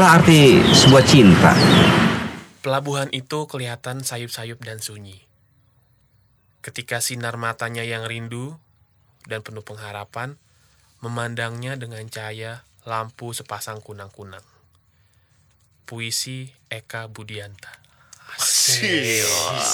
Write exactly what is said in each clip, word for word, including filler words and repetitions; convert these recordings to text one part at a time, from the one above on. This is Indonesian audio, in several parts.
Apalah arti sebuah cinta? Pelabuhan itu kelihatan sayup-sayup dan sunyi. Ketika sinar matanya yang rindu dan penuh pengharapan memandangnya dengan cahaya lampu sepasang kunang-kunang. Puisi Eka Budianta. Asik.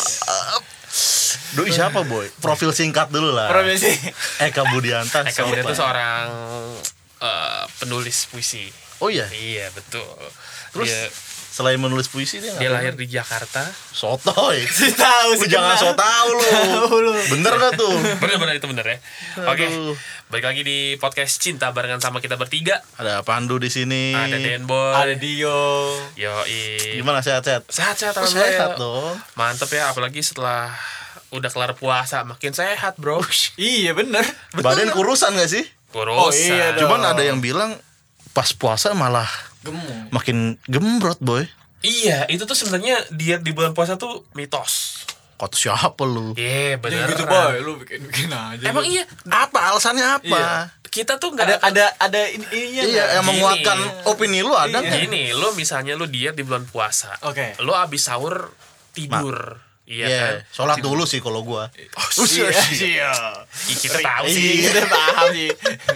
Doi siapa boy? Profil singkat dulu lah. Profil sih. Eka Budianta. Eka Budianta itu seorang uh, penulis puisi. Oh iya. Iya betul. Terus dia, selain menulis puisi dia, dia lahir di Jakarta. Sotoy. Tahu Lu jangan so tau lu. Bener gak tuh? Bener-bener itu bener ya. Oke. Balik lagi di podcast Cinta barengan sama kita bertiga. Ada Pandu di sini. Ada Denboy. Ada Dio. Yoi. Gimana sehat-sehat? Sehat-sehat Oh, alhamdulillah. sehat dong. Mantep ya, apalagi setelah udah kelar puasa makin sehat, bro. Iya bener. Badan kurusan gak sih? Kurusan. Oh, iya dong. Cuman ada yang bilang pas puasa malah Gemuk. makin gembrot boy. Iya, itu tuh sebenarnya diet di bulan puasa tuh mitos. Kata siapa lu? Iya, yeah, bener. Gitu boy, lu bikin-bikin aja. Emang lu. iya, Apa alasannya apa? Iya. kita tuh Ada nggak ada ada ini- ininya. Iya, nggak? yang menguatkan Gini. opini lu ada Iya. nggak? Gini, lo misalnya lo diet di bulan puasa. Oke. Lo abis sahur tidur. Iya Iya, kan? sholat dulu sih kalau gua. Oh, Iya, iya. Ih, kita tahu sih. Iya, paham sih.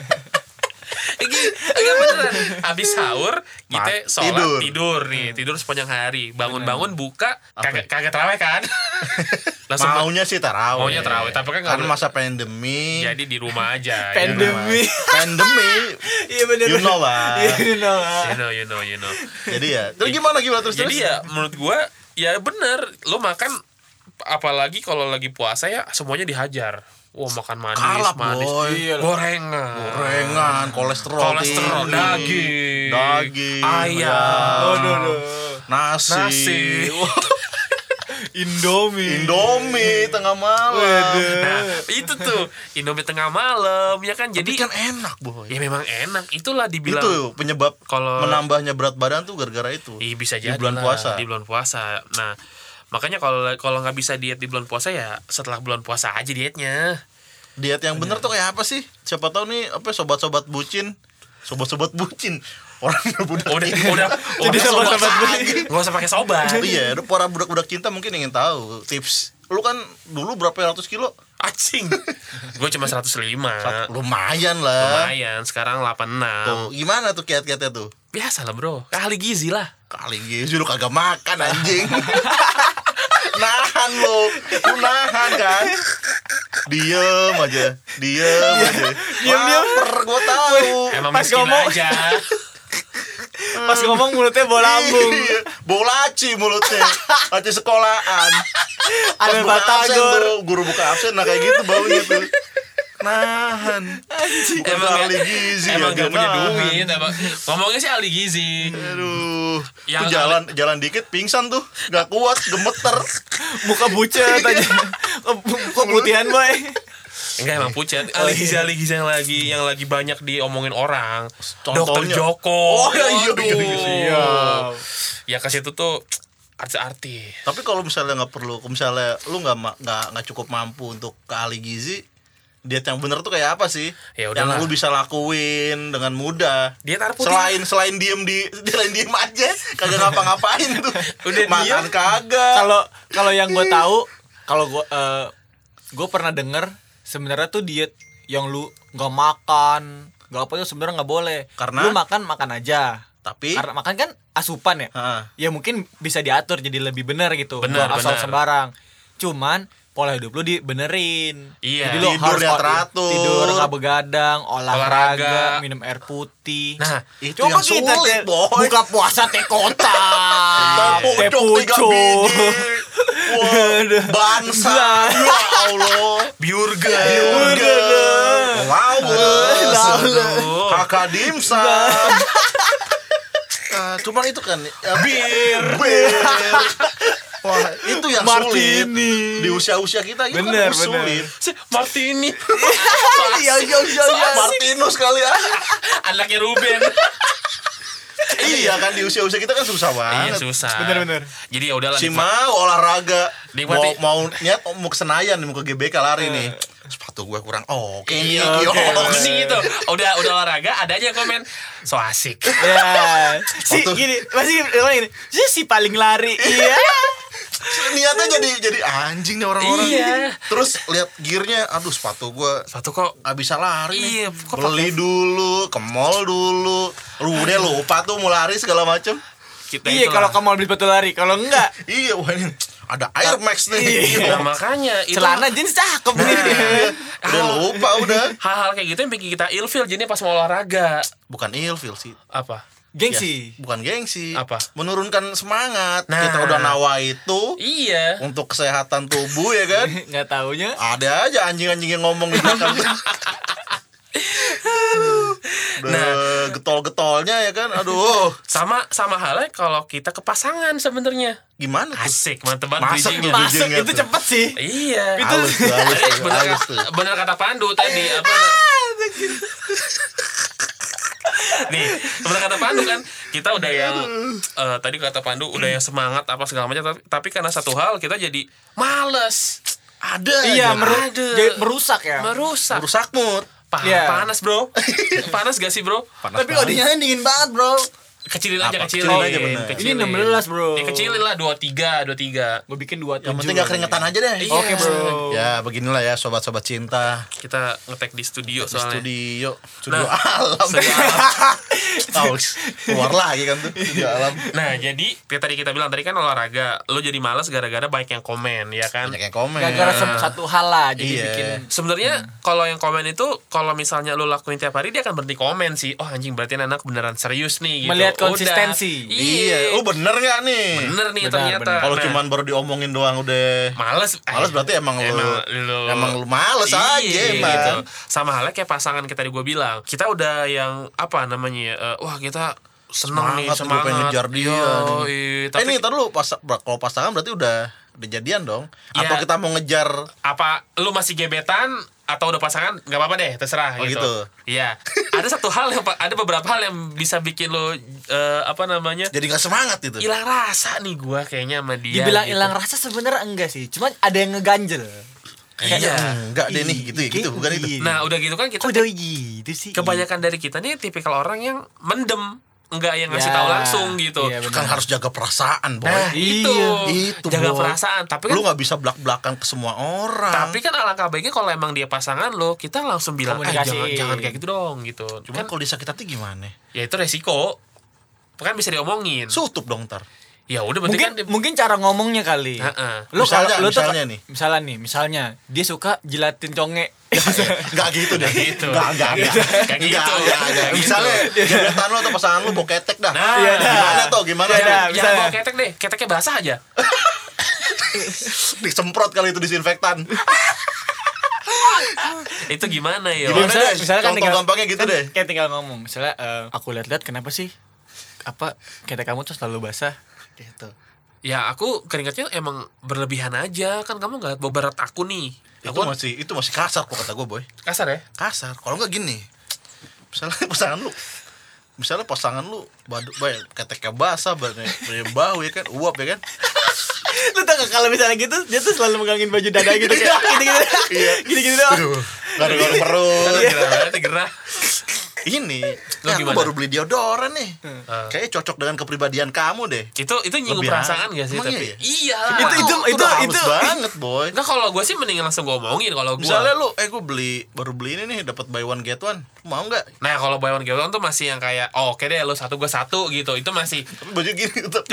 Enggak beneran. Habis sahur kita Ma- sholat tidur. tidur. nih, tidur sepanjang hari. Bangun-bangun buka kagak kagak terawih kan? Langsung Maunya sih tarawih. Maunya tarawih, tapi kan nggak Karena boleh. masa pandemi. jadi di rumah aja. Pandemi. Pandemi. Iya bener. You know lah. Iya, you know lah. You know, you know, you know. Jadi ya, terus gimana gimana terus Jadi terus? ya menurut gua ya bener. Lo makan apalagi kalau lagi puasa ya semuanya dihajar. Wah, makan manis, Kalap, manis. boy. Iya, Gorengan. Gorengan, kolesterol, Kolesterol, tinggi. daging, daging, ayam, Aduh, aduh. nasi, nasi. Indomie. Indomie tengah malam. Waduh. Nah, itu tuh Indomie tengah malam ya kan. Jadi Jadi kan enak boy. ya memang enak. Itulah dibilang Itu penyebab kalau- menambahnya berat badan tuh gara-gara itu. Ih, bisa Di jadi bulan lah, puasa. Di bulan puasa. Nah, makanya kalau kalau nggak bisa diet di bulan puasa ya setelah bulan puasa aja dietnya. Diet yang bener tuh kayak apa sih? Siapa tahu nih apa sobat-sobat bucin, sobat-sobat bucin. Orang udah Udah budak udah Jadi udah sobat-sobat sobat bucin. nggak usah pakai sobat. Iya, ada para budak-budak cinta mungkin ingin tahu tips. Lu kan dulu berapa ratus kilo? Acing. Gue cuma seratus lima. Lumayan lah. Lumayan, sekarang delapan puluh enam. Tuh, gimana tuh kiat-kiatnya tuh? Biasa lah, Bro. Ahli gizi lah. Kali gizi lu kagak makan anjing. Nahan lo, lu nahan kan? Diem aja, diem aja. Diem-diem. Laper, gua tahu. Emang Pas miskin ngomong. aja. Pas ngomong mulutnya bola lambung. Iya, bola laci mulutnya, laci sekolahan. Pas Ada buka absen batagor. tuh, guru buka absen, nah kayak gitu baunya tuh. Nahan. Bukan Emang ahli ya- gizi emang ya, gak punya nahan. duit. Emang ngomongnya sih ahli gizi. Aduh, Yang tuh jalan jalan dikit pingsan tuh, nggak kuat, gemeter. Muka bucet aja. Kok putihan boy? Enggak emang pucat. Ahli gizi ahli gizi yang lagi yang lagi banyak diomongin orang. Dokter Contohnya. Joko. Oh, iya, iya, Waduh. iya, iya. Siap. Ya ke situ tuh artis-artis. Tapi kalau misalnya nggak perlu, misalnya lu nggak ma- nggak nggak cukup mampu untuk ke ahli gizi, diet yang bener tuh kayak apa sih? Ya yang udahlah. lu bisa lakuin dengan mudah. Diet air putih. Selain selain diem di selain diem aja, kagak ngapa-ngapain tuh. Udah makan diem. kagak. Kalau kalau yang gue tahu, kalau gue uh, gue pernah denger sebenarnya tuh diet yang lu nggak makan, nggak apa itu sebenarnya nggak boleh. Karena? Lu makan makan aja. Tapi Karena makan kan asupan ya. Heeh. Ya mungkin bisa diatur jadi lebih benar gitu. Benar, Nggak asal benar. sembarang. Cuman pola hidup lu dibenerin. Iya. Jadi lu Tidur harus yang teratur. tidur nggak begadang, olahraga, Olahraga. minum air putih. Nah, itu Coba yang kita sulit, teh boy. buka puasa teh kotak, teh Pucuk tiga pucuk. biji. Wah, bansa. Ya Allah. Biurga. Biurga. Lawes. Aduh. Kakak dimsum. Ah, cuman itu kan ya, bir, bir. Wah, itu yang sulit Martini. di usia-usia kita itu Bener, kan sulit. Si Martini. Iya iya iya iya. Martinus kali ya. Anaknya Ruben. Iya kan di usia-usia kita kan susah Iya banget. susah. Bener-bener. Jadi ya udahlah. Si mau olahraga, mau Nikmati. mau niat mau ke Senayan, mau ke G B K lari nih. sepatu gue kurang oke nih. Iya, Yo. oke. Mending gitu. Udah udah olahraga, ada aja yang komen so asik. Ya. Si Waktu- gini, masih gini. Si si paling lari. Iya. Niatnya jadi jadi anjing nih orang-orang. Iya. Terus lihat gearnya, aduh sepatu gue Sepatu kok nggak bisa lari Iya, nih. kok Beli dulu, ke mall dulu. Lu udah lupa tuh mau lari segala macem. kita Iya, itulah. kalau kamu mau beli sepatu lari, kalau enggak Iya, wah ini ada Air Max nih. Nah, makanya itu celana jeans cakep nih. Iya. Udah lupa udah. hal-hal kayak gitu yang bikin kita ilfeel jadi pas mau olahraga. Bukan ilfil sih. Apa? Gengsi. Ya, bukan gengsi. Apa? Menurunkan semangat. Nah. Kita udah nawa itu Iya. untuk kesehatan tubuh ya kan. Enggak taunya. Ada aja anjing-anjing yang ngomong di belakang. Udah Nah. getol-getolnya ya kan. Aduh. Sama sama halnya kalau kita ke pasangan sebenarnya. Gimana tuh? Asik, mantep banget Masak bridgingnya. tuh. Masuk Bridgingnya itu tuh. cepet sih. Iya. Itu- Halus tuh, halus Tadi tuh, bener, halus kata, tuh. bener kata Pandu tadi apa? Nih, bener kata Pandu kan, kita udah yang eh, tadi kata Pandu udah yang semangat apa segala macam, tapi, tapi karena satu hal kita jadi males, Ada Iya, aja. meru- Ada. jadi merusak ya. merusak. Merusak mood. Pa- Iya. Panas bro, panas gak sih bro? Panas Tapi banget. odinya dingin banget, Bro. Kecilin aja, Apa? kecilin, Kecilin aja, bener. Ini enam belas, bro. Ya, kecilin lah dua tiga, dua tiga. Gue bikin dua Yang penting gak keringetan aja deh. Iya. Oke, bro. Ya beginilah ya sobat-sobat cinta. Kita ngetek di studio Di soalnya. studio, studio Nah, alam. studio alam. Tahu keluar lagi kan tuh studio alam. Nah, jadi kayak tadi kita bilang tadi kan olahraga, lo jadi malas gara-gara banyak yang komen, ya kan? Banyak yang komen. Gara-gara se- satu hal lah jadi Iya. bikin Sebenarnya kalau yang komen itu kalau misalnya lo lakuin tiap hari dia akan berhenti komen sih. Oh anjing berarti ini anak beneran serius nih gitu. Melihat Udah. konsistensi. Iya, Iya. oh bener gak nih? Bener nih Benar, ternyata. benar. Kalau Nah, cuman baru diomongin doang udah males, males eh, berarti emang lu lu emang lu males aja Iya, emang. gitu. Sama halnya kayak pasangan kita tadi gue bilang. Kita udah yang apa namanya? ya, eh, wah kita seneng nih Semangat, semangat. gua pengen ngejar dia Yo, nih. iya, Eh tapi ini ntar lu pas kalau pasangan berarti udah udah jadian dong? Iya. Atau kita mau ngejar? apa lu masih gebetan atau udah pasangan nggak apa-apa deh terserah Oh, gitu. gitu. Iya. Ada satu hal yang ada beberapa hal yang bisa bikin lo eh, apa namanya? Jadi nggak semangat gitu. hilang rasa nih gua kayaknya sama dia. dibilang gitu. hilang rasa sebenarnya enggak sih. Cuma ada yang ngeganjel. Kayaknya Iya. enggak deh nih gitu ya gitu bukan itu. Nah, udah gitu kan kita Kok udah gitu sih? kebanyakan dari kita nih tipikal orang yang mendem, enggak yang ngasih Ya, tahu langsung gitu. iya, benar. Kan harus jaga perasaan, boy. Nah, itu. Iya. Itu, Jaga Boy. perasaan, tapi kan Lu nggak bisa belak-belakan ke semua orang. tapi kan alangkah baiknya kalau emang dia pasangan lo, kita langsung bilang, "Eh, Komunikasi. jangan jangan kayak gitu dong." gitu. Cuman Kan kalau disakit hati gimana? ya itu resiko. Kan bisa diomongin. Tutup dong ntar. Ya udah berarti Mungkin kan dia- mungkin cara ngomongnya kali. Heeh. Lu Misalnya- kalau lu tuh misalnya nih. Misalnya nih, misalnya dia suka jilatin conge. Enggak gitu deh. gitu. Enggak, enggak, enggak. Kayak gitu. Enggak, enggak, enggak. Kayak gitu. Misalnya gebetan lu atau pasangan lu mau ketek dah. Nah, Iya, dah. Gimana tuh? Gimana Iya, tuh? dah. Jangan misalnya. bawa ketek deh, keteknya basah aja. Disemprot kali itu disinfektan. Itu gimana ya? Gimana misalnya, deh? misalnya kan Contoh tinggal, gampangnya gitu kan deh. Kayak tinggal ngomong. Misalnya eh, aku lihat-lihat kenapa sih apa ketek kamu tuh selalu basah gitu. Ya aku keringatnya emang berlebihan aja. Kan kamu gak bawa berat aku nih. Itu Aku masih itu masih kasar kok kata gue, boy. kasar ya? Kasar. Kalau enggak gini. Misalnya pasangan lu Misalnya pasangan lu badu, bay, keteknya basah, banyak banyak bau ya kan, uap ya kan. Lu tau gak kalau misalnya gitu dia tuh selalu megangin baju dada gitu kayak gitu-gitu. Iya. Gitu-gitu doang. Aduh, garu-garu perut. Gerah banget, gerah. Ini, Lu ya, aku gimana? baru beli deodoran nih. Ah. Kayaknya cocok dengan kepribadian kamu deh. Itu itu nyinggung Lebih perasaan halus. gak sih? Emang Tapi iya iya. Itu- itu- udah itu- halus itu- banget, boy. Enggak, kalau gue sih mending langsung gue omongin kalau gue. Misalnya lu, eh gue beli baru beli ini nih, dapat buy one get one, mau nggak? Nah kalau buy one get one tuh masih yang kayak oh, oke deh lo satu gue satu gitu. Itu masih. Tapi baju gini tetap.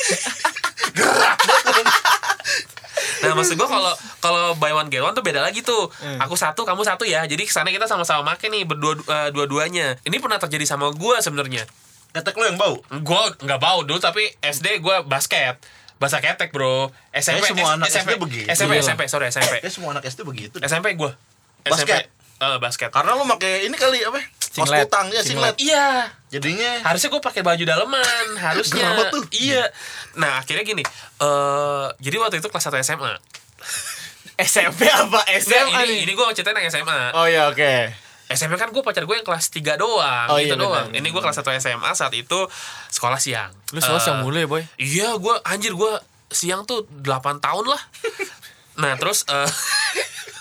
Nah maksud gue kalau kalau buy one get one tuh beda lagi tuh. Hmm. Aku satu, kamu satu ya. Jadi kesana kita sama-sama make nih berdua eh, dua-duanya. Ini pernah terjadi sama gue sebenarnya. Ketek lu yang bau. Gue nggak bau dulu tapi S D gue basket. Bahasa ketek bro. S M P Kayaknya semua anak S M P, S D begitu. S M P S M P sorry S M P Ya semua anak S D begitu. S M P gue Basket? Eh basket. Karena lu pakai ini kali apa? Kos Singlet. kutang ya, singlet. Iya. Jadinya Harusnya gue pakai baju daleman, harusnya. Kenapa tuh? Iya. Nah akhirnya gini. eh jadi waktu itu kelas satu S M A. S M P apa S M Enggak, A ini nih? ini gue ceritain yang S M A. Oh ya oke. S M P kan gue pacar gue yang kelas tiga doang, Oh, gitu iya, doang. benar, Ini gue kelas satu S M A saat itu sekolah siang. Lu selalu Eh, yang mulu ya boy. Iya, gue anjir gue siang tuh delapan tahun lah. Nah terus eh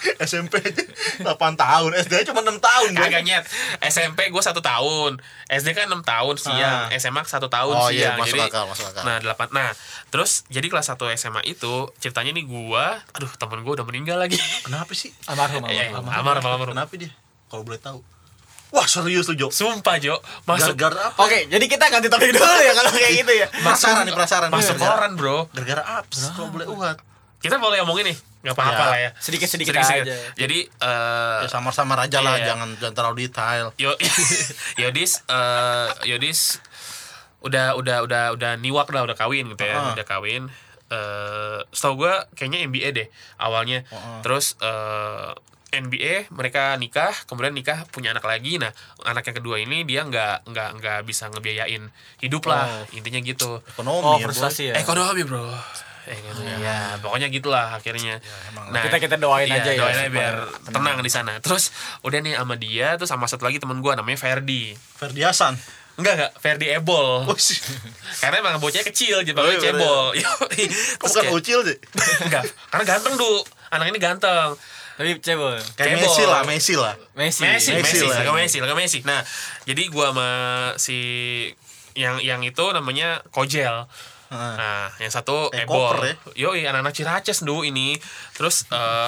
S M P delapan tahun, S D cuma enam tahun. Kagak nyet. S M P gue satu tahun, S D kan enam tahun siang, Ah. S M A satu tahun Oh iya, siang. masuk Jadi akal, masuk akal. nah delapan. Nah terus jadi kelas satu S M A itu ceritanya nih gue, aduh temen gue udah meninggal lagi. Kenapa sih? Almarhum, Eh, almarhum. almarhum, almarhum. Kenapa dia? Kalau boleh tahu. Wah, serius tuh, Jo. Sumpah Jo, masuk Gara-gara apa? Oke, jadi kita ganti topik dulu ya kalau kayak gitu ya. Penasaran nih, penasaran. masuk Gara-gara- koran bro. Gara-gara apes kalau boleh uhat. Kita boleh ngomongin nih, nggak apa-apa Ya. lah ya. Sedikit-sedikit Sedikit-sedikit. aja. Jadi eh Ya samar-samar aja lah, Iya. jangan jangan terlalu detail. Yo, Yodis, eh Yodis udah udah udah udah niwak lah, udah kawin gitu ya, Uh-uh. udah kawin. Eh, setahu gue kayaknya M B A deh awalnya. Uh-uh. Terus eh N B A mereka nikah, kemudian nikah punya anak lagi. Nah anak yang kedua ini dia nggak nggak nggak bisa ngebiayain hidup lah, intinya gitu. Ekonomi Oh, ya, frustasi ya. Ekonomi bro. Eh, gitu ya. Pokoknya gitulah akhirnya. emang nah, Kita- kita doain iya, aja ya, doain aja supaya biar tenang di sana. Terus udah nih sama dia, terus sama satu lagi temen gue namanya Ferdi. Ferdi Hasan. Enggak enggak, Ferdi Ebol. Oh, sih. Karena emang bocahnya kecil, jadi Oh, iya, panggilnya cebol. Yoi. Terus Bukan kayak- ucil sih. enggak, karena ganteng Du. Anak ini ganteng. Tapi cebol. Kayak Cebol. Messi lah, Messi lah. Messi. Messi, Messi Messi, lah. Messi, Messi, Messi, Messi. Nah, jadi gua sama si yang yang itu namanya Kojel. Heeh. Nah, yang satu Eh, Ebol. koper ya? Yoi, anak-anak Ciraces Du ini. Terus eh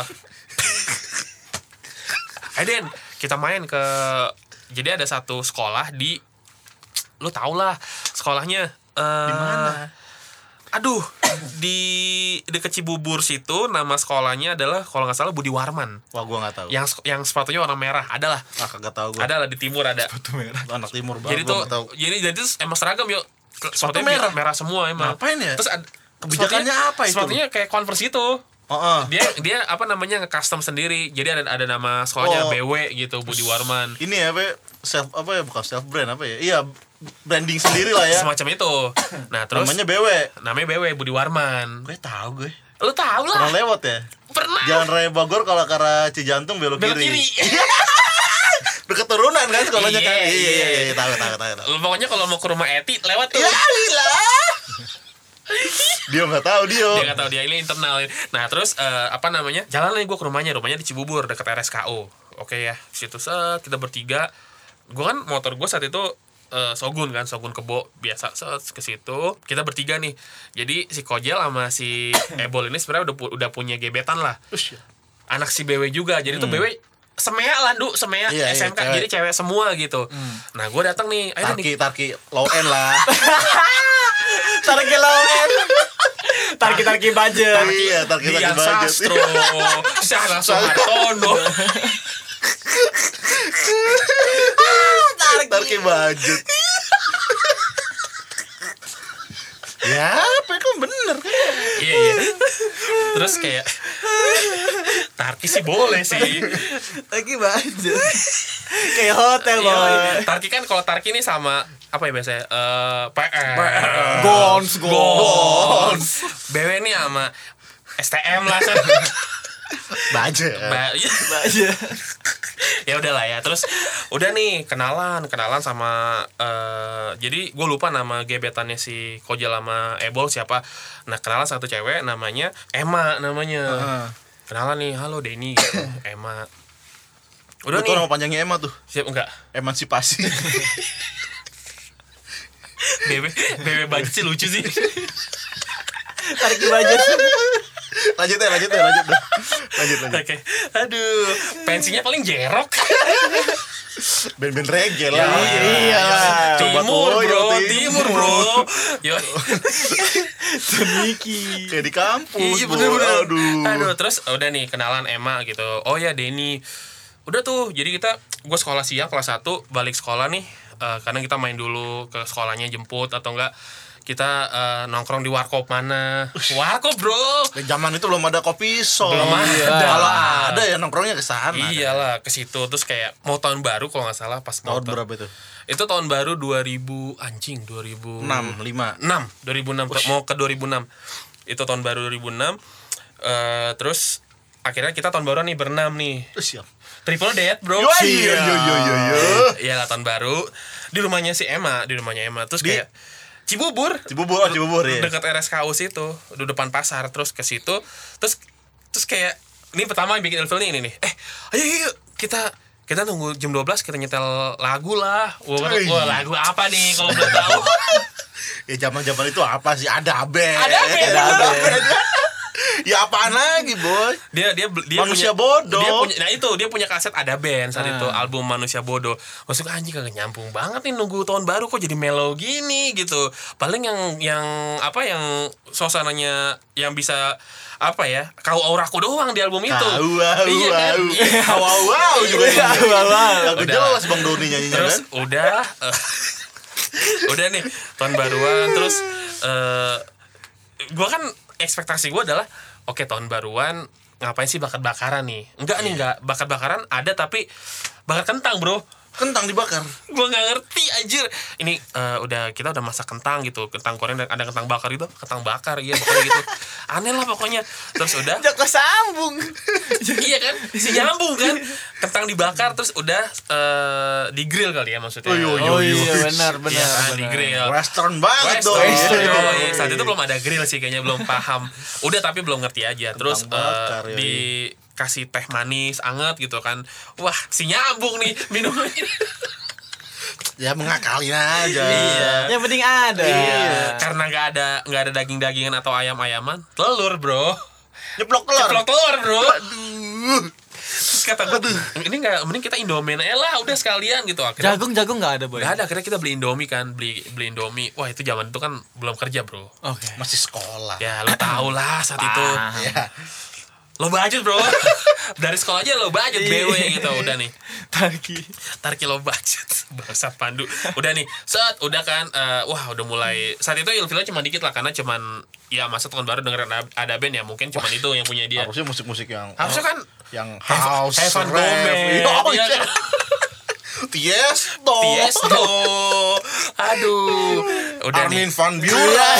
Aiden, kita main ke jadi ada satu sekolah di lu tau lah sekolahnya eh Di mana? Aduh, di deket Cibubur situ nama sekolahnya adalah kalau nggak salah Budi Warman. Wah, gua enggak tahu. Yang yang sepatunya warna merah, adalah. Ah, kagak tahu gua. Ada lah di timur ada. Anak timur banget. Jadi gua tuh nggak tahu. jadi jadi tuh emang seragam yuk. Sepatu Sepatunya merah? merah semua emang. Ngapain ya? Terus ada Kebijakannya sepatunya- apa itu? Sepatunya kayak Converse itu. Oh, oh. Dia dia apa namanya nge-custom sendiri. Jadi ada ada nama sekolahnya Oh. B W gitu, Budi Warman. Ini ya, apa ya? self apa ya? Bukan self brand apa ya? Iya, branding sendiri lah ya. Semacam itu. Nah, terus Namanya B W. namanya B W Budi Warman. Gue tahu gue. Lu tahu Pernah lah. lewat ya? Pernah. Jalan Raya Bogor kalau ke arah Cijantung belok, Belok kiri. kiri. Dekat turunan kan sekolahnya kan. Iya, Iya, iya, iya. iya, tahu, tahu, tahu. tahu. Lu pokoknya kalau mau ke rumah Eti lewat tuh. Ya, gila. Dia nggak tahu dia. Dia nggak tahu dia ini internal. Nah terus eh, apa namanya? Jalan nih gue ke rumahnya, rumahnya di Cibubur dekat R S K O. Oke ya, situ set kita bertiga. Gue kan motor gue saat itu eh, Shogun kan, Shogun Kebo biasa set ke situ. Kita bertiga nih. Jadi si Kojel sama si Ebol ini sebenarnya udah pu- udah punya gebetan lah. Ush, Anak si B W juga. Jadi tuh B W semea lah Du, semea Iya, iya, S M K. cewek. Jadi cewek semua gitu. Nah gue datang nih, ayo Tarki, nih. tarki, low end lah. Tarki lawan. Tarki-tarki budget. Iya, tarki, tarki Dian budget. Sastro, Syahla Suhartono. Tarki budget. Ya, apa kan bener kan? Iya iya. Terus kayak Tarki sih boleh sih. Tarki budget. Kayak hotel boy. Iya, Tarki kan kalau Tarki ini sama apa ya biasanya? Eh P R. Gons, gons. Gons. B W ini sama S T M lah. Budget. Ba- iya. Budget. Ya udahlah ya. Terus udah nih kenalan, kenalan sama eh jadi gue lupa nama gebetannya si Kojel sama Ebol siapa. Nah, kenalan satu cewek namanya Emma namanya. Heeh. Kenalan nih, halo Denny gitu. Emma. Udah Itu nih. nama panjangnya Emma tuh. Siap enggak? Emansipasi. Bebe bebe budget sih lucu sih. Tarki budget. lanjut ya, lanjut ya, lanjut dah. Lanjut, lanjut. Oke. Aduh, pensinya paling jerok. Band-band reggae Ya, lah. iya. Coba Timur, tuh, bro, yo, timur, bro. Yo. Tuniki. Kayak di kampus. Iya bro. bener-bener. Aduh. Aduh, terus udah nih kenalan Emma gitu. Oh ya Denny. Udah tuh, jadi kita gue sekolah siang kelas satu balik sekolah nih. Eh, karena kita main dulu ke sekolahnya jemput atau enggak kita eh, nongkrong di warkop mana. Warkop, Bro. Di zaman itu belum ada kopi shop. Belum Iya. ada. Kalau ada ya nongkrongnya ke sana. Iyalah, ke situ terus kayak mau tahun baru kalau nggak salah pas mau Tahun berapa itu? Itu tahun baru dua ribu anjing dua ribu enam, lima. enam dua ribu enam mau ke dua ribu enam. Itu tahun baru dua ribu enam. Eh terus akhirnya kita tahun baru nih berenam nih. Oh, siap. Triple date, Bro. Yo, iya, yo, yo, yo, yo. Iyalah tahun baru di rumahnya si Emma, di rumahnya Emma. Terus Di- kayak Cibubur. Cibubur, oh, Cibubur ya. Dekat R S K U situ, di depan pasar terus ke situ. Terus terus kayak ini pertama yang bikin ilfil nih ini nih. Eh, ayo yuk kita kita nunggu jam dua belas kita nyetel lagu lah. Wah, wah lagu apa nih kalau belum tahu? Ya zaman-zaman itu apa sih? Ada band. Ada band. Ada band. Ya apaan lagi, Boy? Dia dia dia Manusia punya, Bodoh. Dia punya, nah itu dia punya kaset Ada Band saat Ah. itu album Manusia Bodoh. Maksudnya anjing kagak nyambung banget nih nunggu tahun baru kok jadi mellow gini gitu. Paling yang yang apa yang suasananya yang bisa apa ya? Kau auraku doang di album itu. Kau wow Iya kan? wow. Wow wow juga. Iya, wow, wow. Lagu Udah. jelas Bang Doni nyanyinya Terus kan. udah eh, udah nih tahun baruan terus eh gua kan ekspektasi gue adalah oke tahun baruan ngapain sih bakar-bakaran nih? Enggak nih enggak bakar-bakaran ada tapi bakar kentang bro. Kentang dibakar. Gue nggak ngerti anjir. Ini eh, udah kita udah masak kentang gitu, kentang goreng dan ada kentang bakar gitu, kentang bakar iya pokoknya gitu. Aneh lah pokoknya. Terus udah Joko sambung. iya kan? Si nyambung kan? Kentang dibakar terus udah eh, di grill kali ya maksudnya. Oh, iya, Oh iya benar benar. Iya kan, benar. di grill. Western banget dong. Western, Iya. yoi. Saat itu belum ada grill sih kayaknya belum paham. Udah tapi belum ngerti aja. Terus Kentang bakar, eh, yoi. dikasih teh manis anget gitu kan. Wah, si nyambung nih minumannya. Ya mengakalin aja. Iya. Yang penting ada. Iya. Karena nggak ada nggak ada daging-dagingan atau ayam-ayaman, telur, Bro. Nyeplok telur. Ceplok telur, Bro. Aduh. Terus kata gue, ini nggak mending kita Indomie aja lah, udah sekalian gitu. Akhirnya Jagung jagung nggak ada boy. nggak ada, akhirnya kita beli Indomie kan, beli beli Indomie. Wah, itu zaman itu kan belum kerja, Bro. Oke. Masih sekolah. Ya lu tau lah saat itu Ya. lo budget bro. Dari sekolah aja lo budget B W gitu. Udah nih Tarki. tarik lo budget. Bangsat Pandu. Udah nih set udah kan eh, wah udah mulai. Saat itu ilfilnya cuma dikit lah karena cuman ya masa tahun baru dengerin ada, ada band ya mungkin cuman itu yang punya dia. Harusnya musik-musik yang Harusnya kan yang Heaven- house, Heaven rap. Gomez, Iya, oh, iya iya. kan? Tiesto. Tiesto. Aduh. Udah Armin nih. van Buuren.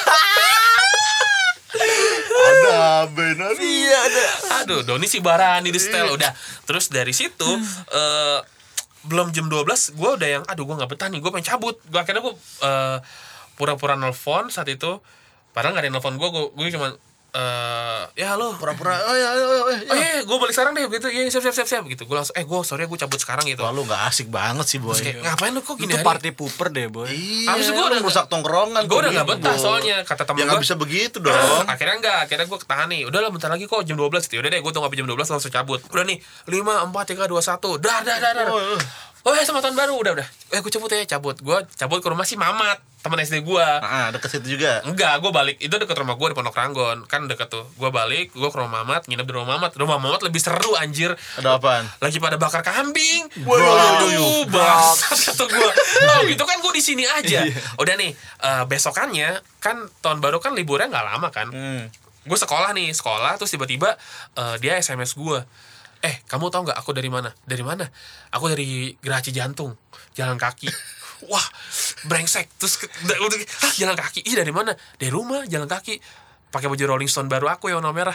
Ada benar. Iya ada. Aduh, Doni si Barani di setel udah. Terus dari situ eh belum jam dua belas gue udah yang aduh gue nggak betah nih, gue pengen cabut. Gue akhirnya gue eh, pura-pura nelfon saat itu. Padahal nggak ada yang nelfon gue, gue gue cuma eh ya halo. Pura-pura. Oh ya, oh, ya, Oh iya, gue balik sekarang deh gitu. Iya, siap siap siap siap gitu. Gue langsung eh gue sorry gue cabut sekarang gitu. Wah, lu gak asik banget sih, Boy. Terus kayak ngapain lu kok gini Itu hari? party pooper deh boy. Iya, Abis itu gua lu udah merusak tongkrongan. Gue udah kok nggak gitu, betah Boy. soalnya kata temen Ya gue. nggak bisa begitu dong. Akhirnya enggak, akhirnya gue ketahan nih. Udah lah bentar lagi kok jam dua belas gitu. Udah deh gue tunggu sampai jam dua belas langsung cabut. Udah nih lima, empat, tiga, dua, satu. Dar dar dar dar. Oh, Oh ya sama tahun baru udah udah. Eh gue cabut ya cabut. Gue cabut ke rumah si Mamat, teman S D gue. ah, deket situ juga. Enggak, gue balik. Itu deket rumah gue di Pondok Ranggon. Kan deket tuh. Gue balik, gue ke rumah Mamat, nginep di rumah Mamat. Rumah Mamat lebih seru anjir. Ada apaan? Lagi pada bakar kambing. Waduh, Waduh, bangsat kata gue. Oh gitu kan gue di sini aja. Udah nih, eh, besokannya kan tahun baru kan liburnya nggak lama kan. Hmm. Gue sekolah nih, sekolah terus tiba-tiba eh, dia S M S gue. Eh, kamu tahu nggak aku dari mana? Dari mana? Aku dari Geraha Cijantung, jalan kaki. Wah, brengsek. Terus ke- da- udah, ah, jalan kaki. Ih, dari mana? Dari rumah, jalan kaki. Pakai baju Rolling Stone baru aku yang warna merah.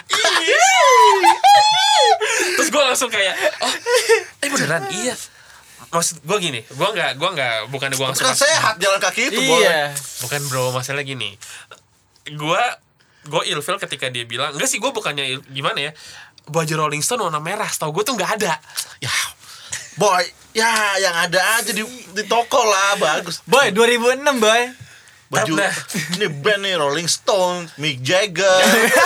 Terus gue langsung kayak, oh, eh beneran? Iya. Maksud gue gini, gue nggak, gue nggak, bukan gue nggak Itu kan suka. sehat jalan kaki itu, Boy. Iya. Bukan bro, masalah gini. Gue gue ilfil ketika dia bilang, enggak sih gue bukannya il- gimana ya, baju Rolling Stone warna merah, setahu gue tuh nggak ada. Ya, Boy, ya yang ada aja di di toko lah, bagus. Boy dua ribu enam boy. Baju Nah. ini band nih Rolling Stone, Mick Jagger,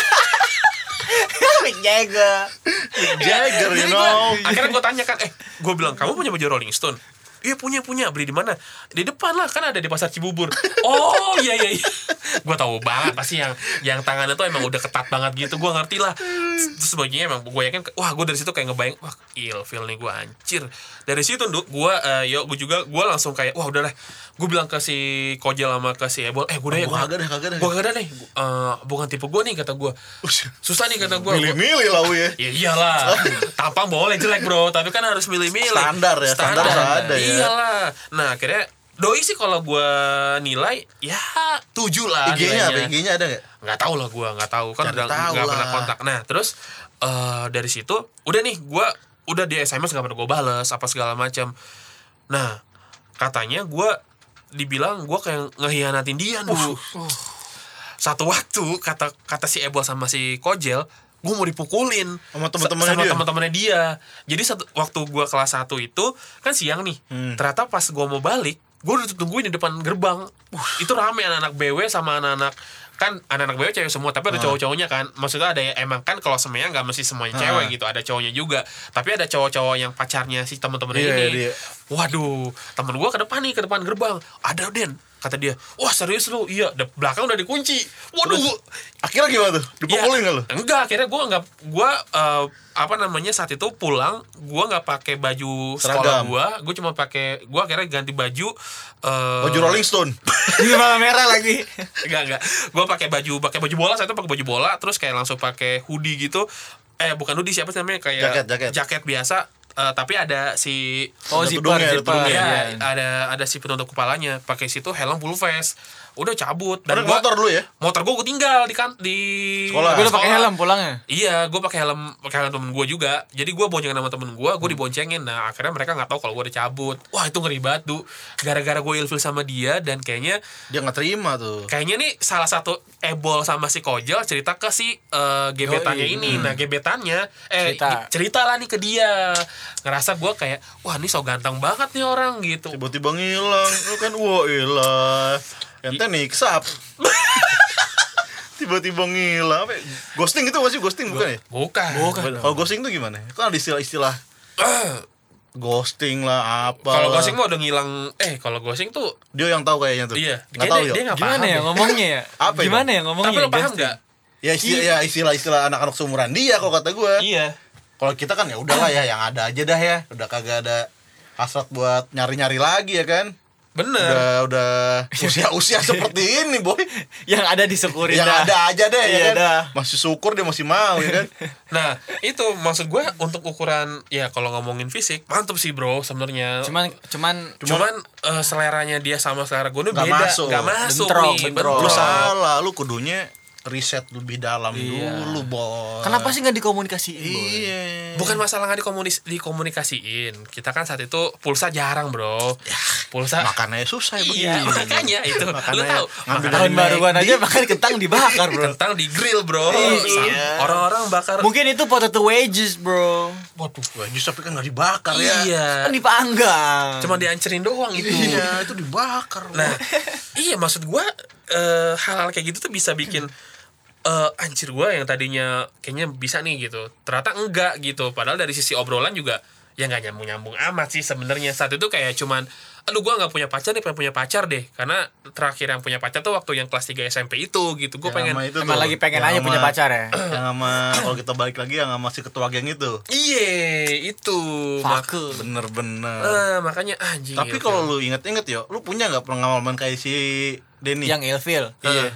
Mick Jagger. Mick Jagger, you Jadi know. gua, akhirnya gue tanya kan, eh gue bilang kamu punya baju Rolling Stone? Iya punya punya, beli di mana? Di depan lah, kan ada di pasar Cibubur. Oh iya iya iya. Gue tahu banget pasti yang yang tangannya tuh emang udah ketat banget gitu. Gue ngerti lah. Terus sebagainya emang gue yakin, wah gue dari situ kayak ngebayang, wah ilfil nih gue anjir. Dari situ gue, uh, yo gue juga gue langsung kayak, wah udahlah. Gue bilang ke si Kojel sama ke si Ebol, eh gue udah ya, Gua kagak deh, kagak deh. gue kagak deh. Uh, bukan tipe gue nih kata gue. Susah nih kata gue. Milih-milih lah, ya. Ya iyalah, tampang boleh jelek bro, tapi kan harus milih-milih. Standar ya, standar ada ya. Iyalah. Nah akhirnya doi sih kalau gue nilai ya tujuh lah. I G-nya apa? nilainya. I G-nya ada nggak? Nggak tahu lah gue, nggak tahu kan Cari udah tahu nggak lah. pernah kontak. Nah terus eh, dari situ udah nih gue udah di S M S nggak pernah gue bales apa segala macam. Nah katanya gue dibilang gue kayak ngehianatin dia dulu. Satu waktu kata kata si Ebol sama si Kojel, gue mau dipukulin Sama teman-temannya sama dia? teman-temannya dia. Jadi satu, waktu gue kelas satu itu kan siang nih, Hmm. ternyata pas gue mau balik, gue udah tungguin di depan gerbang. Uh, itu rame anak-anak B W sama anak-anak, kan anak-anak B W cewek semua, tapi ada cowok-cowoknya kan. Maksudnya ada ya, emang kan kalau semuanya nggak mesti semuanya cewek gitu, ada cowoknya juga. Tapi ada cowok-cowok yang pacarnya si teman-temannya Iya, ini. iya. Waduh, temen gue ke depan nih, ke depan gerbang. Ada Den, kata dia. Wah serius lu? Iya, de- belakang udah dikunci. Waduh, gua- Akhirnya gimana tuh? Dipukulin nggak lu? Enggak, akhirnya gue nggak, gue uh, apa namanya saat itu pulang, gue nggak pakai baju sekolah Seragam. gue, gue cuma pakai, gue akhirnya ganti baju. Uh, Baju Rolling Stone. Ini malah merah lagi. Enggak enggak, gue pakai baju, pakai baju bola, saya tuh pakai baju bola, terus kayak langsung pakai hoodie gitu. Eh bukan hoodie, siapa sih namanya, kayak Jaket, jaket. biasa. Uh, tapi ada si Oh, Ada zipper, tudungnya, ada zipper. tudungnya. ya, Iya. ada ada si penutup kepalanya, pakai situ helm full face. Udah cabut Ada gua- motor dulu ya? Motor gue tinggal di kan di Sekolah. Tapi lu pakai helm pulangnya. Iya, gue pakai helm, pakai helm temen gue juga. Jadi gue boncengan sama temen gue, gue diboncengin. Nah akhirnya mereka nggak tahu kalau gue udah cabut. Wah itu ngeri banget tuh. Gara-gara gue ilfil sama dia, dan kayaknya Dia nggak terima tuh. kayaknya nih salah satu Ebol sama si Kojel cerita ke si eh, gebetannya Yoi. ini. Nah gebetannya eh Cerita. cerita lah nih ke dia. Ngerasa gue kayak, wah ini so ganteng banget nih orang gitu. Tiba-tiba ngilang. Lu kan wah ilah. Ente niksap. Tiba-tiba ngilang. Apa ya? Ghosting itu masih ghosting bukan ya? Bukan. Kalau ghosting tuh gimana? Kan ada istilah-istilah ghosting lah apa. Kalau lah. ghosting mah udah ngilang. Eh kalau ghosting tuh, Dia yang tahu kayaknya tuh. iya. Nggak Kayaknya tahu dia, ya. dia nggak Gimana paham ya ngomongnya ya? Apa ya, Gimana ya ngomongnya? Tapi lo paham ghosting? nggak? Ya istilah, ya istilah-istilah anak-anak seumuran dia kalau kata gue. Iya. Kalau kita kan ya udahlah ya, yang ada aja dah ya. Udah kagak ada hasrat buat nyari-nyari lagi ya kan. Bener. Udah udah usia-usia seperti ini boy. Yang ada disyukurin Yang dah. ada aja deh ya Iya kan. dah. Masih syukur dia masih mau ya kan. Nah, itu maksud gue untuk ukuran, ya kalau ngomongin fisik, mantep sih bro sebenarnya. Cuman cuman Cuman eh, seleranya dia sama selera gue tuh Nggak beda, masuk. nggak masuk Bentrok, nih, bentrok. Lu bentrok. salah, lu kudunya riset lebih dalam Iya. dulu boy. kenapa sih nggak dikomunikasiin? Boy? Iya. Bukan masalah nggak dikomunis- dikomunikasiin. Kita kan saat itu pulsa jarang bro. Pulsa. Makannya susah ya Iya, begini. makanya itu. Lu Makannya tahu. ngambil Tahun dari baruan McD. aja makan kentang dibakar, bro. Kentang di grill bro. Iya. Orang-orang bakar. Mungkin itu potato wedges, bro. Waduh. Wah, justru tapi kan nggak dibakar ya. Iya. Kan dipanggang. Cuma dihancerin doang itu. Iya, itu dibakar. Nah, iya maksud gua eh, hal-hal kayak gitu tuh bisa bikin eh anjir gua yang tadinya kayaknya bisa nih gitu. Ternyata enggak gitu. Padahal dari sisi obrolan juga ya nggak nyambung-nyambung amat sih sebenarnya. Saat itu kayak cuman aduh gua nggak punya pacar nih, pengen punya pacar deh. Karena terakhir yang punya pacar tuh waktu yang kelas tiga S M P itu gitu. Gua Yang pengen sama itu Emang tuh, lagi pengen yang aja sama- punya pacar ya. Yang sama kalau kita balik lagi yang sama si ketua geng itu. Iya, itu. Mak- Fuck. Bener-bener. eh, makanya anjing. Tapi gitu. kalau lu inget-inget yo, lu punya nggak pengalaman kayak si Denny? Yang ilfil. Iya.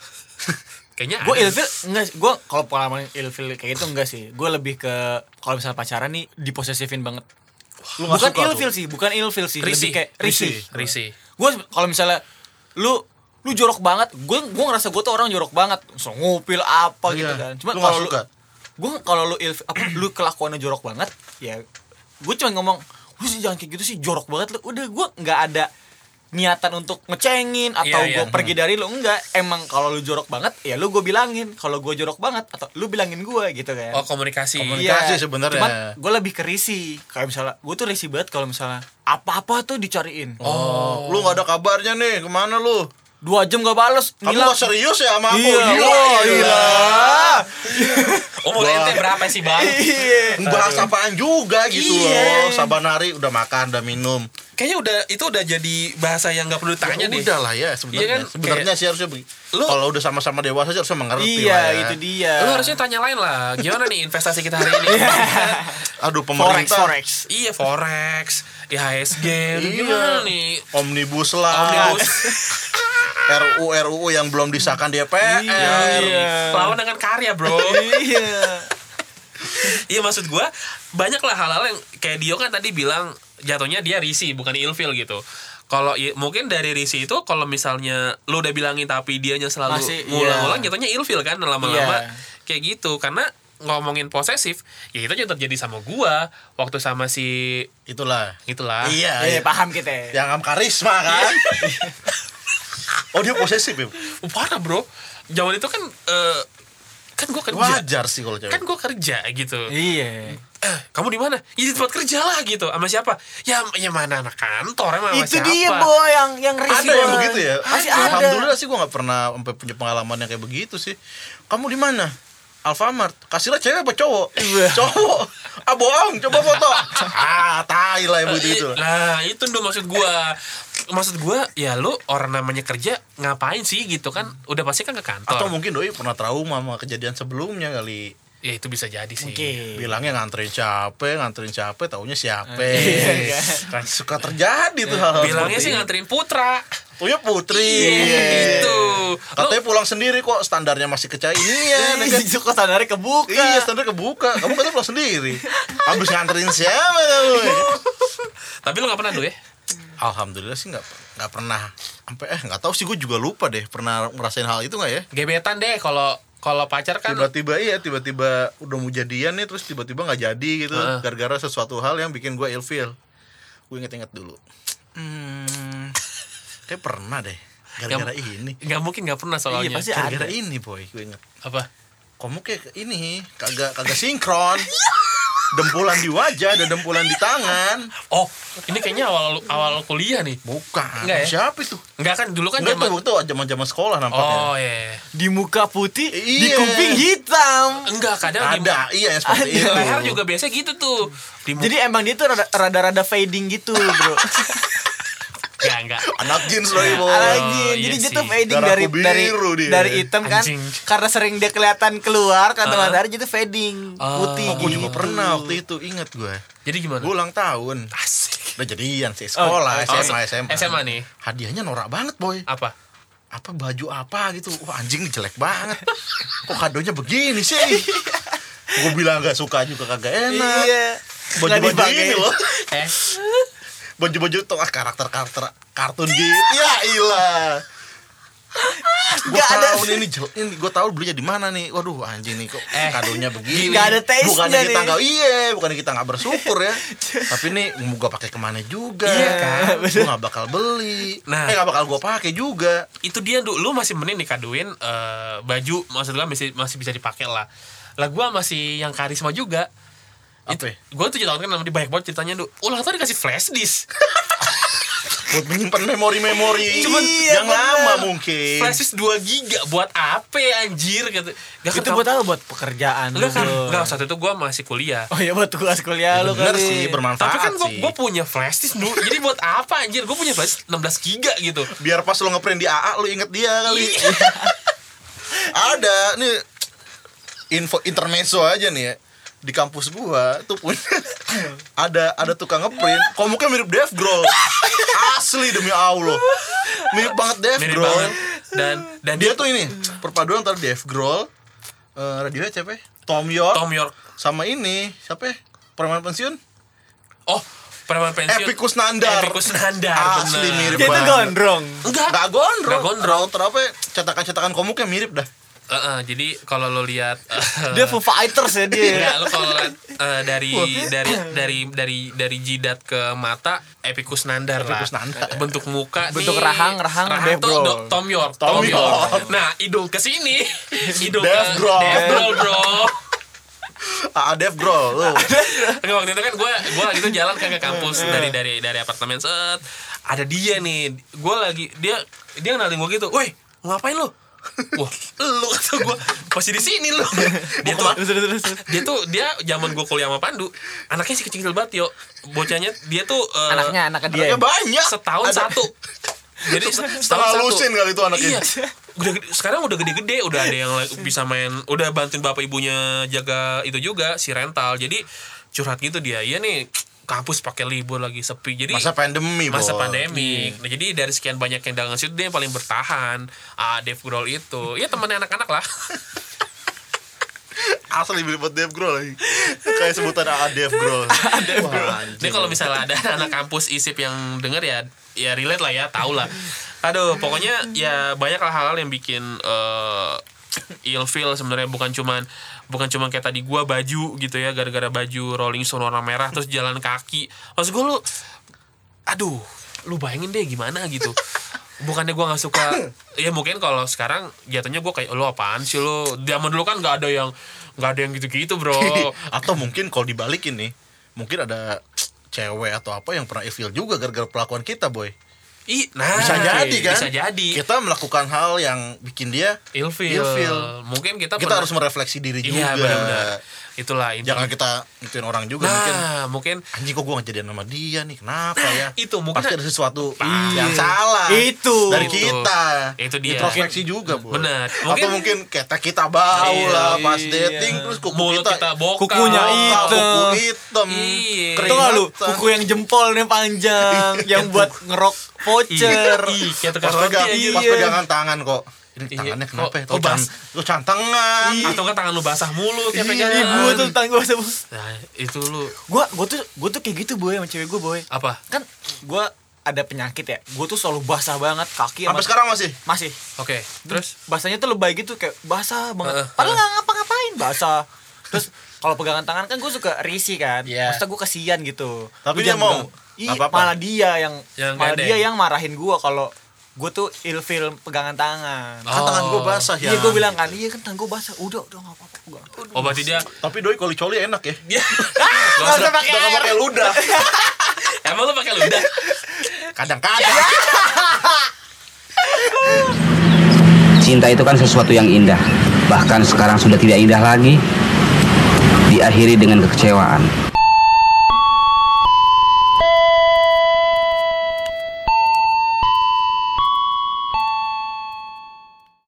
Kayaknya Gue ada. ilfil enggak, gue kalau pengalaman ilfil kayak gitu enggak sih. Gue lebih ke kalau misalnya pacaran nih diposesifin banget. Lu nggak Bukan suka ilfil tuh? sih, bukan ilfil sih, Risih. lebih kayak risih. Risih. Gue kalau misalnya lu lu jorok banget, gue gue ngerasa gue tuh orang jorok banget, so ngupil apa gitu Iya. kan. Cuma Lu nggak kalau lu suka? gue kalau lu ilfil apa lu kelakuannya jorok banget, ya gue cuma ngomong, lu sih jangan kayak gitu sih, jorok banget lu. Udah gue nggak ada niatan untuk ngecengin atau Iya, gue iya. pergi dari lu, enggak. Emang kalau lu jorok banget ya lu gue bilangin, kalau gue jorok banget atau lu bilangin gue gitu kan. Oh, komunikasi. Komunikasi. sebenarnya. Cuman gue lebih ke risih. Kayak misalnya gue tuh risih banget kalau misalnya apa-apa tuh dicariin. Oh, lu nggak ada kabarnya nih, kemana lu? Dua jam gak bales, Kamu ngilang. nggak serius ya sama aku? Iya, Gila, wah, gila. gila. Umur Wah. ente berapa sih bang? Iya. Bahas apaan juga gitu Iya. loh. Sabanari udah makan, udah minum. Kayaknya udah itu udah jadi bahasa yang nggak perlu ditanya deh. Udah lah ya Iya sebenarnya. kan, Sebenarnya kayak- sih harusnya begi- Lu- kalau udah sama-sama dewasa sih harusnya mengerti Iya, lah ya. itu dia. Lu harusnya tanya lain lah. Gimana nih investasi kita hari ini? Aduh forex, pemerintah. forex. Iya forex, I H S G, Iya. gimana nih? Omnibus lah. Omnibus. R U R U yang belum disahkan D P R. Iya. Lawan dengan karya bro. Iya. Iya maksud gue banyak lah hal-hal yang kayak Dio kan tadi bilang jatuhnya dia risih bukan ilfil gitu. Kalau i- mungkin dari risih itu kalau misalnya lu udah bilangin tapi dianya selalu Masih, ngulang-ngulang iya. jatuhnya ilfil kan lama-lama Iya. kayak gitu. Karena ngomongin posesif ya itu juga terjadi sama gua waktu sama si Itulah. itulah. Iya, Eh, iya. paham kita. Yang am karisma kan. Oh dia posesif ya? Oh, parah bro. Zaman itu kan eh, kan gue kerja. Wajar sih kalau cewek. Kan gue kerja gitu. Iya. Eh, kamu di mana? Ya, di tempat kerja lah gitu. Sama siapa? Ya, ya mana anak kantor emang sama Itu siapa? dia boy yang yang risih. Ada yang boy. begitu ya? Masih ada. Alhamdulillah sih gue gak pernah sampai punya pengalaman yang kayak begitu sih. Kamu di mana? Alfamart. Kasihlah cewek apa cowok? Cowok. Ah bohong, coba foto. Ah, tai lah yang begitu itu. Nah, itu tuh maksud gua. Maksud gua, ya lu orang namanya kerja ngapain sih gitu kan? Udah pasti kan ke kantor. Atau mungkin doi pernah trauma sama kejadian sebelumnya kali. Ya itu bisa jadi sih. Oke. Bilangnya nganterin capek, nganterin capek, taunya siapa? Iya, Kan suka terjadi tuh hal-hal Bilangnya seperti sih itu. nganterin Putra. Punya Putri. Iya, gitu. Katanya pulang sendiri kok, standarnya masih kecai. Iya, Iya, kok standarnya kebuka. iya standar kebuka. Kamu katanya pulang sendiri. Habis nganterin siapa kamu? Tapi lu gak pernah tuh ya? Alhamdulillah sih nggak nggak pernah. Sampai eh nggak tahu sih, gue juga lupa deh pernah ngerasain hal itu nggak ya? Gebetan deh kalau kalau pacar kan. Tiba-tiba iya, tiba-tiba udah mau jadian nih, terus tiba-tiba nggak jadi gitu, Heeh. gara-gara sesuatu hal yang bikin gue ilfeel. Gue inget-inget dulu. Hmm, kayak pernah deh. Gara-gara ini. Nggak mungkin nggak pernah soalnya. Iya, pasti Gara-gara ada. ini boy, gue inget. Apa? Kamu kayak ini kagak kagak sinkron. Dempulan di wajah dan dempulan di tangan. Oh, ini kayaknya awal awal kuliah nih. Bukan. Enggak ya? Siapa itu? Enggak kan dulu kan Enggak zaman. tuh, itu zaman-zaman sekolah nampaknya. Oh iya. Di muka putih, di Iya. kuping hitam. Enggak, kadang di Ada, iya yang seperti Ada. itu. leher juga biasa gitu tuh. Di muka. Jadi emang dia tuh rada- rada-rada fading gitu, bro. Enggak, enggak. Anak jeans loh ibu. Lagi, iya jadi dia sih. tuh fading Darah dari aku dari biru dia. dari hitam kan, Anjing. karena sering dia kelihatan keluar kata Ah. matahari, jadi fading Oh. putih. Aku juga gitu. pernah waktu itu, ingat gue. Jadi gimana? Gue ulang tahun. Asik. Udah jadian sih, sekolah, Oh, S M A, S M A. S M A nih. Hadiahnya norak banget boy. Apa? Apa baju apa gitu. Wah anjing jelek banget. Kok kadonya begini sih? Gue bilang gak suka juga kagak enak. Iya. Nggak Baju-baju dipakai. ini loh. Eh, Baju-baju tuh ah, karakter-karakter kartun gitu. Ya ilah. Gue Nggak ada. tahu nih, ini, jel- ini gue tahu belinya di mana nih. Waduh anjing nih kok Eh, kadonya begini. nggak ada taste-nya Bukannya kita nih. nggak iya, bukannya kita nggak bersyukur ya. Tapi nih mau gue pakai kemana juga? Iya kan? Gue nggak bakal beli. Nah. eh nggak bakal gue pakai juga. itu dia dulu, lu masih mending dikaduin eh, baju, maksud gua masih masih bisa dipakai lah. Lah gua masih yang karisma juga. Apa? ya? Gue tujuh tahun kan namanya banyak banget ceritanya tuh. Ulang tahun dikasih flash disk. Buat menyimpan memori-memori Cuman- yang Iya, lama bener. mungkin. Flash disk dua giga buat apa anjir gitu. Gak Itu buat apa? Buat pekerjaan lu, Enggak kan, bro. enggak, saat itu gue masih kuliah. Oh iya, buat tugas kuliah lu Bener kali. sih, bermanfaat Tapi kan gue sih. gue punya flash disk dulu. Jadi buat apa anjir? Gue punya flash disk enam belas giga gitu. Biar pas lo ngeprint di A A lo inget dia kali. Iya. Ada nih info intermezzo aja nih ya. Di kampus gua tuh punya ada ada tukang ngeprint, komuknya mirip Dave Grohl. Asli demi Allah. Mirip banget Dave Mirip Grohl. banget. Dan dan Dia tuh ini perpaduan antara Dave Grohl, eh Radiohead siapa ya? Tom York Tom York. sama ini siapa ya? Preman pensiun? Oh, preman pensiun. Epicus Nandar. Epicus Nandar. Asli bener. mirip Dia tuh banget. gondrong. Enggak. Gak gondrong. Nggak gondrong. Router apa ya? Cetakan-cetakan komuknya mirip dah. Eh, eh, jadi kalau lo lihat eh, Dia Foo Fighters ya dia. enggak, lo kalau lihat eh, dari dari dari dari dari jidat ke mata Epicus Nandar Epicus lah. Nandar. Bentuk muka Bentuk nih, rahang- rahang Dave tuh Grohl. do- Tom York. Tom York. Nah, hidung ke sini. Hidung Dave ke Grohl. Dave Grohl, bro. Ah, Dave Grohl. Lu. Enggak, waktu itu kan gue gue lagi tuh jalan kan ke kampus dari dari dari apartemen set. Ada dia nih. Gue lagi dia dia kenalin gue gitu. "Woi, ngapain lu?" Wah, lu kata gue masih di sini lu. Dia tuh Terus, terus, terus. dia tuh dia zaman gue kuliah sama Pandu, anaknya sih kecil-kecil banget yo. Bocahnya dia tuh eh, Anaknya, anaknya dia. Anaknya banyak. setahun Ada- satu. Jadi se- setahun Setengah satu. lusin kali itu anaknya. Iya. Udah gede- sekarang udah gede-gede, udah ada yang la- bisa main, udah bantuin bapak ibunya jaga itu juga si rental. Jadi curhat gitu dia. Iya nih, kampus pakai libur lagi sepi. Jadi Masa pandemi, masa Boy. pandemik. Nah, jadi dari sekian banyak yang dagang situ dia yang paling bertahan. Ah, Dave Grohl itu. Ya temannya anak-anak lah. Asli mirip banget Dave Grohl lagi. Kayak sebutan A A Dave Grohl. Wah, anjing. Ini kalau misalnya ada anak kampus ISIP yang denger ya, ya relate lah ya, tau lah. Aduh, pokoknya ya banyak lah hal-hal yang bikin uh, ilfeel sebenarnya, bukan cuman bukan cuman kayak tadi gua baju gitu ya, gara-gara baju Rolling Stone warna merah terus jalan kaki. Maksud gua lu, aduh, lu bayangin deh gimana gitu. bukannya gue nggak suka. Ya mungkin kalau sekarang jatuhnya gue kayak lo apaan sih lo. Zaman dulu kan nggak ada yang nggak ada yang gitu-gitu bro. Atau mungkin kalau dibalikin nih, mungkin ada cewek atau apa yang pernah ilfil juga gara-gara perlakuan kita, boy. Ih, nah, Bisa jadi kan? Bisa jadi. Kita melakukan hal yang bikin dia ilfil. ilfil. Mungkin kita kita pernah... harus merefleksi diri Iya, juga. benar-benar. Itulah intinya. Jangan kita ngituin orang juga. Nah, mungkin mungkin anjing kok gue gak jadian sama dia nih, kenapa ya? itu mungkin pasti ada sesuatu Iya. yang salah Itu. dari Itu. kita. Itu dia. Introspeksi juga, Bu. Benar. Atau Mungkin- mungkin kita kita bau Iya, lah pas iya. dating terus kuku mulut kita, kita bokap. Kukunya bokap, hitam. kuku hitam, Iya. Itu nggak lu keringatan. kuku yang jempolnya panjang, yang buat ngerok voucher. Ih, kayak Pas tukang roti pegang, aja. pas Iya. pegangan tangan kok. Ini Iya. tangannya kenapa ya? Kok- Tuh kok bas- can- tuh cantengan. Atau kan tangan lu basah mulu kayak Iya, pegangan. Ih, gue tuh tangguh sama. Nah, itu lu Gue gue tuh gue tuh kayak gitu boy sama cewek gue boy. apa? Kan gue ada penyakit ya. Gue tuh selalu basah banget kaki sama Sampai sekarang masih. masih. Oke, terus Basahnya tuh lebay gitu kayak basah banget. Heeh, Padahal heeh. nggak ngapa-ngapain basah. Terus kalau pegangan tangan kan gue suka risih kan. Iya. Maksudnya gue kasihan gitu. Tapi Lu dia jangan mau. pegang- Ih, Nggak apa-apa. malah dia yang, Yang malah gandeng. dia yang marahin gue kalau gue tuh ilfil pegangan tangan. Kan tangan gue basah ya. Iya gue bilang kan, iya kan tangan gue basah. Udah, udah nggak apa-apa. Gua. Oh, berarti dia Tapi doi coli-coli enak ya. dia Nggak usah pakai Udah gak air. pakai ludah. Emang lu pakai ludah? Kadang-kadang. Cinta itu kan sesuatu yang indah. Bahkan sekarang sudah tidak indah lagi. Diakhiri dengan kekecewaan.